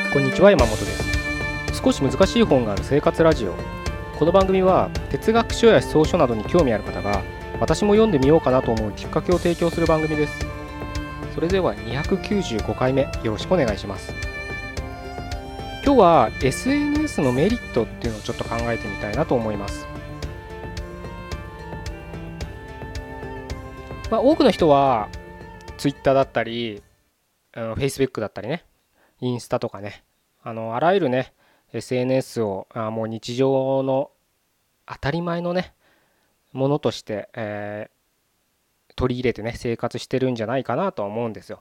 こんにちは、山本です。少し難しい本がある生活ラジオ。この番組は哲学書や思想書などに興味ある方が私も読んでみようかなと思うきっかけを提供する番組です。それでは295回目よろしくお願いします。今日は SNS のメリットっていうのをちょっと考えてみたいなと思います。多くの人は Twitter だったりFacebook だったりね、インスタとかね、あらゆるね SNS をもう日常の当たり前のねものとして、取り入れてね生活してるんじゃないかなとは思うんですよ。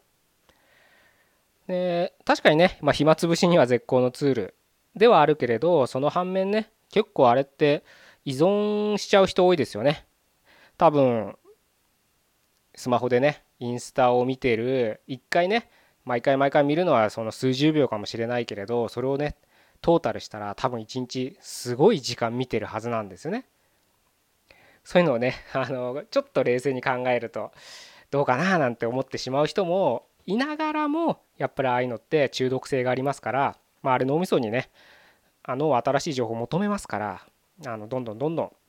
で確かにね、暇つぶしには絶好のツールではあるけれど、その反面ね、結構あれって依存しちゃう人多いですよね。多分スマホでねインスタを見てる、一回ね毎回毎回見るのはその数十秒かもしれないけれど、それをねトータルしたら多分一日すごい時間見てるはずなんですよね。そういうのをねちょっと冷静に考えるとどうかななんて思ってしまう人もいながらも、やっぱりああいうのって中毒性がありますから、あれ脳みそにね新しい情報を求めますから、どんどんどんどん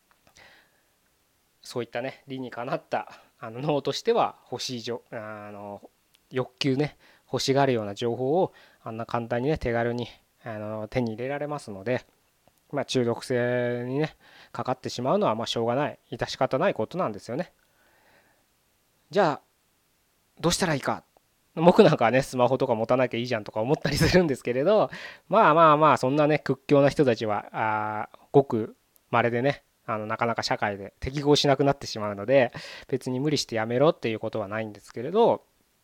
そういったね理にかなった脳としては欲しい欲求ね、欲しがるような情報をあんな簡単にね手軽に手に入れられますので、中毒性にねかかってしまうのはしょうがない、致し方ないことなんですよね。じゃあどうしたらいいか。僕なんかはねスマホとか持たなきゃいいじゃんとか思ったりするんですけれど、そんなね屈強な人たちはごく稀でね、なかなか社会で適合しなくなってしまうので、別に無理してやめろっていうことはないんですけれど、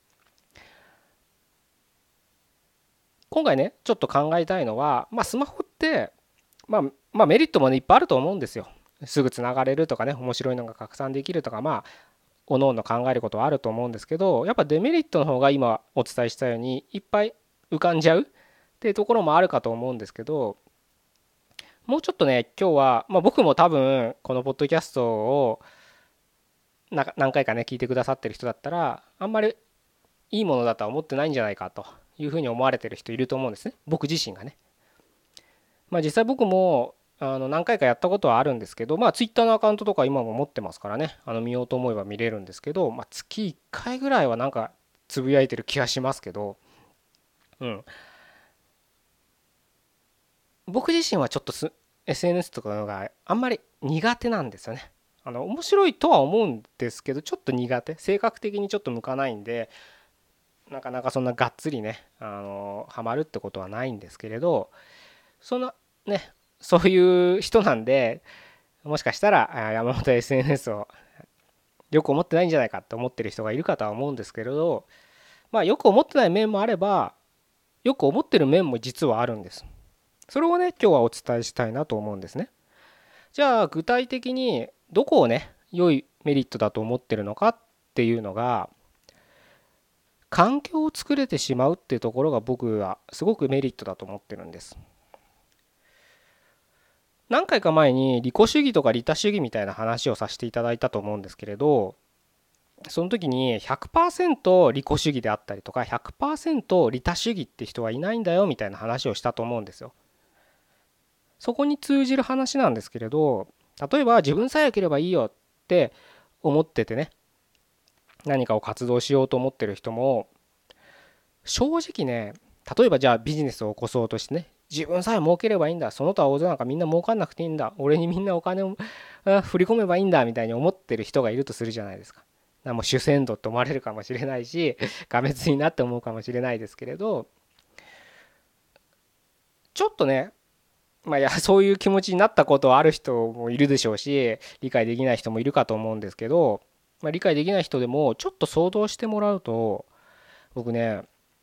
今回ねちょっと考えたいのは、スマホってメリットもねいっぱいあると思うんですよ。すぐつながれるとかね、面白いのが拡散できるとか、おのおの考えることはあると思うんですけど、やっぱデメリットの方が今お伝えしたようにいっぱい浮かんじゃうっていうところもあるかと思うんですけど、もうちょっとね今日は、僕も多分このポッドキャストを何回かね聞いてくださってる人だったら、あんまりいいものだとは思ってないんじゃないかというふうに思われてる人いると思うんですね、僕自身がね。実際僕も何回かやったことはあるんですけど、ツイッターのアカウントとか今も持ってますからね、見ようと思えば見れるんですけど、月1回ぐらいはなんかつぶやいてる気がしますけど、僕自身はちょっとSNS とかのがあんまり苦手なんですよね。面白いとは思うんですけど、ちょっと苦手、性格的にちょっと向かないんで、なかなかそんながっつりねハマるってことはないんですけれど、そのねそういう人なんで、もしかしたら山本 SNS をよく思ってないんじゃないかって思ってる人がいるかとは思うんですけれど、よく思ってない面もあればよく思ってる面も実はあるんです。それをね今日はお伝えしたいなと思うんですね。じゃあ具体的にどこをね良いメリットだと思ってるのかっていうのが、環境を作れてしまうっていうところが僕はすごくメリットだと思ってるんです。何回か前に利己主義とか利他主義みたいな話をさせていただいたと思うんですけれど、その時に 100% 利己主義であったりとか 100% 利他主義って人はいないんだよみたいな話をしたと思うんですよ。そこに通じる話なんですけれど、例えば自分さえ良ければいいよって思っててね、何かを活動しようと思ってる人も正直ね、例えばじゃあビジネスを起こそうとしてね、自分さえ儲ければいいんだ、その他大勢なんかみんな儲かんなくていいんだ、俺にみんなお金を振り込めばいいんだみたいに思ってる人がいるとするじゃないですか。もう主戦度って思われるかもしれないし、がめついなって思うかもしれないですけれど、ちょっとね、そういう気持ちになったことはある人もいるでしょうし、理解できない人もいるかと思うんですけど、理解できない人でもちょっと想像してもらうと、僕ね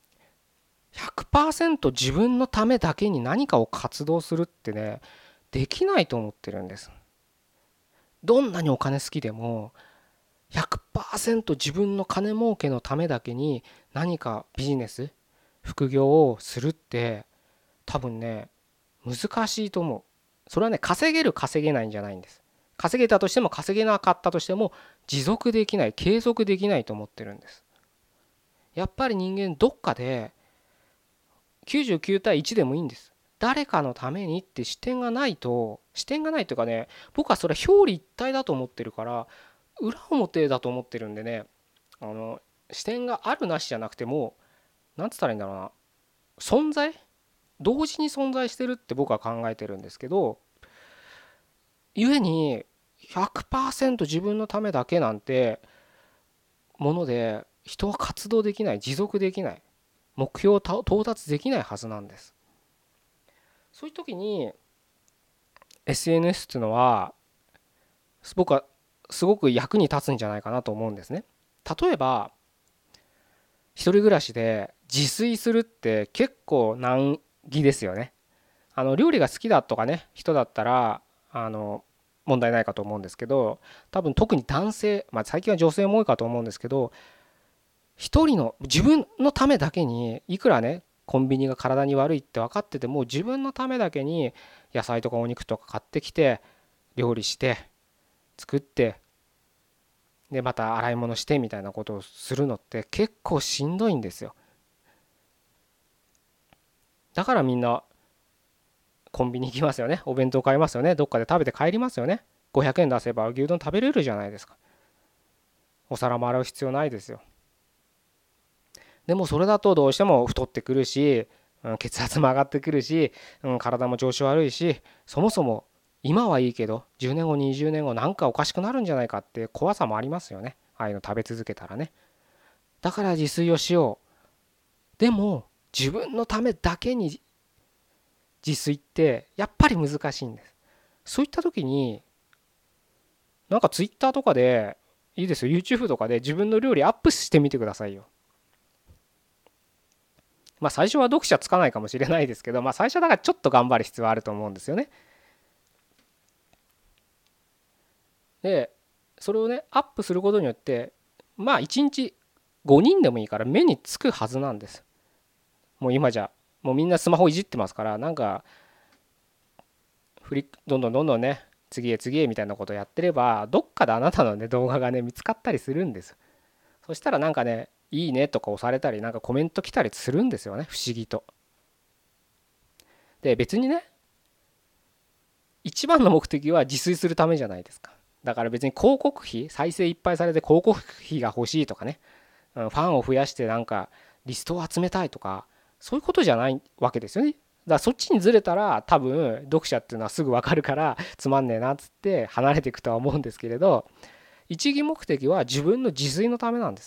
100% 自分のためだけに何かを活動するってねできないと思ってるんです。どんなにお金好きでも 100% 自分の金儲けのためだけに何かビジネス副業をするって多分ね難しいと思う。それはね稼げる稼げないんじゃないんです。稼げたとしても稼げなかったとしても持続できない、継続できないと思ってるんです。やっぱり人間どっかで 99対1でもいいんです。誰かのためにって視点がないというかね、僕はそれ表裏一体だと思ってるから、裏表だと思ってるんでね、あの視点があるなしじゃなくても、なんつったらいいんだろうな、存在同時に存在してるって僕は考えてるんですけど、故に100%自分のためだけなんてもので人は活動できない、持続できない、目標を到達できないはずなんです。そういう時に SNS っていうのは僕はすごく役に立つんじゃないかなと思うんですね。例えば一人暮らしで自炊するって結構難儀ですよね。料理が好きだとかね人だったら問題ないかと思うんですけど、多分特に男性、まあ最近は女性も多いかと思うんですけど、一人の自分のためだけにいくらねコンビニが体に悪いって分かってても、自分のためだけに野菜とかお肉とか買ってきて料理して作って、でまた洗い物してみたいなことをするのって結構しんどいんですよ。だからみんなコンビニ行きますよね、お弁当買いますよね、どっかで食べて帰りますよね。500円出せば牛丼食べれるじゃないですか。お皿も洗う必要ないですよ。でもそれだとどうしても太ってくるし、血圧も上がってくるし、体も調子悪いし、そもそも今はいいけど10年後20年後なんかおかしくなるんじゃないかって怖さもありますよね、ああいうの食べ続けたらね。だから自炊をしよう。でも自分のためだけに自炊ってやっぱり難しいんです。そういった時になんか Twitter とかでいいですよ、 YouTube とかで自分の料理アップしてみてくださいよ。まあ最初は読者つかないかもしれないですけど、まあ最初だからちょっと頑張る必要はあると思うんですよね。でそれをねアップすることによってまあ1日5人でもいいから目につくはずなんです。もう今じゃもうみんなスマホいじってますから、なんかどんどんどんどんね次へ次へみたいなことをやってれば、どっかであなたのね動画がね見つかったりするんです。そしたらなんかねいいねとか押されたりなんかコメント来たりするんですよね、不思議と。で別にね一番の目的は自炊するためじゃないですか。だから別に広告費再生いっぱいされて広告費が欲しいとかね、ファンを増やしてなんかリストを集めたいとかそういうことじゃないわけですよね。だからそっちにずれたら多分読者っていうのはすぐ分かるからつまんねえなっつって離れていくとは思うんですけれど、一義目的は自分の自炊のためなんです。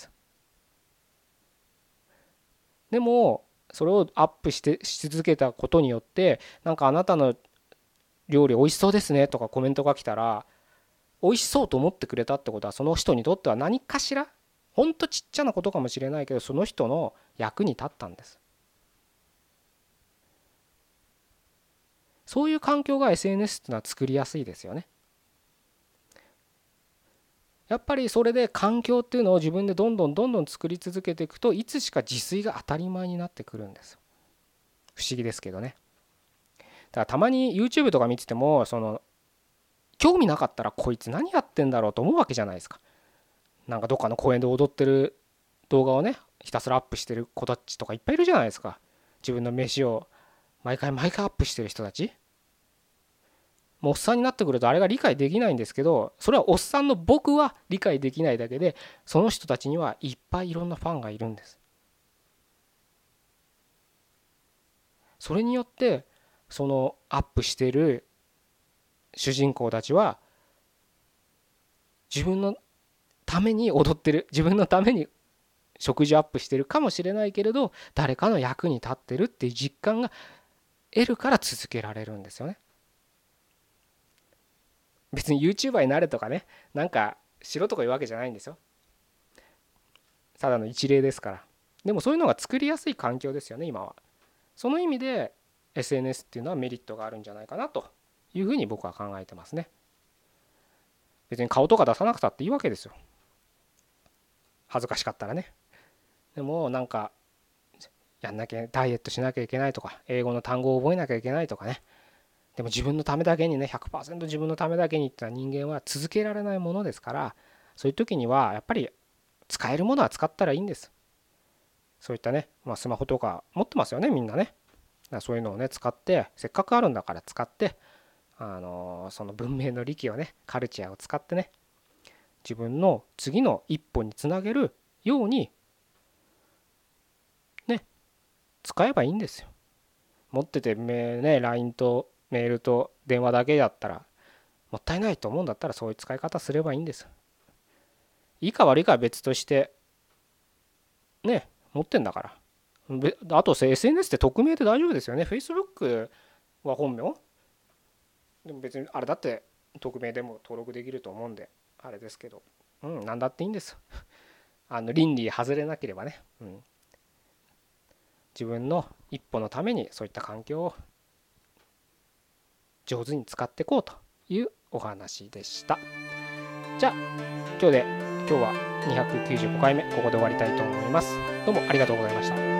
でもそれをアップし続けたことによってなんかあなたの料理美味しそうですねとかコメントが来たら、美味しそうと思ってくれたってことはその人にとっては何かしらほんとちっちゃなことかもしれないけどその人の役に立ったんです。そういう環境が SNS っていうのは作りやすいですよね。やっぱりそれで環境っていうのを自分でどんどんどんどん作り続けていくといつしか自炊が当たり前になってくるんです。不思議ですけどね。だからたまに YouTube とか見てても興味なかったらこいつ何やってんだろうと思うわけじゃないですか。なんかどっかの公園で踊ってる動画をねひたすらアップしてる子たちとかいっぱいいるじゃないですか。自分の飯を毎回毎回アップしてる人たち。もうおっさんになってくるとあれが理解できないんですけど、それはおっさんの僕は理解できないだけでその人たちにはいっぱいいろんなファンがいるんです。それによってそのアップしている主人公たちは自分のために踊ってる、自分のために食事アップしてるかもしれないけれど誰かの役に立ってるっていう実感が得るから続けられるんですよね。別に YouTuber になれとかねなんかしろとかいうわけじゃないんですよ。ただの一例ですから。でもそういうのが作りやすい環境ですよね今は。その意味で SNS っていうのはメリットがあるんじゃないかなというふうに僕は考えてますね。別に顔とか出さなくたっていいわけですよ、恥ずかしかったらね。でもなんかやんなきゃダイエットしなきゃいけないとか英語の単語を覚えなきゃいけないとかね、でも自分のためだけにね 100% 自分のためだけにってのは人間は続けられないものですから、そういう時にはやっぱり使えるものは使ったらいいんです。そういったね、スマホとか持ってますよねみんなね。 らそういうのをね使って、せっかくあるんだから使って、その文明の利器をね、カルチャーを使ってね、自分の次の一歩につなげるようにね、使えばいいんですよ。持っててね、LINE とメールと電話だけだったらもったいないと思うんだったら、そういう使い方すればいいんです。いいか悪いかは別としてね、持ってんだから。あと SNS って匿名で大丈夫ですよね。 Facebook は本名でも別にあれだって匿名でも登録できると思うんであれですけど、何だっていいんです。倫理外れなければね、自分の一歩のためにそういった環境を上手に使っていこうというお話でした。じゃあ今日は295回目ここで終わりたいと思います。どうもありがとうございました。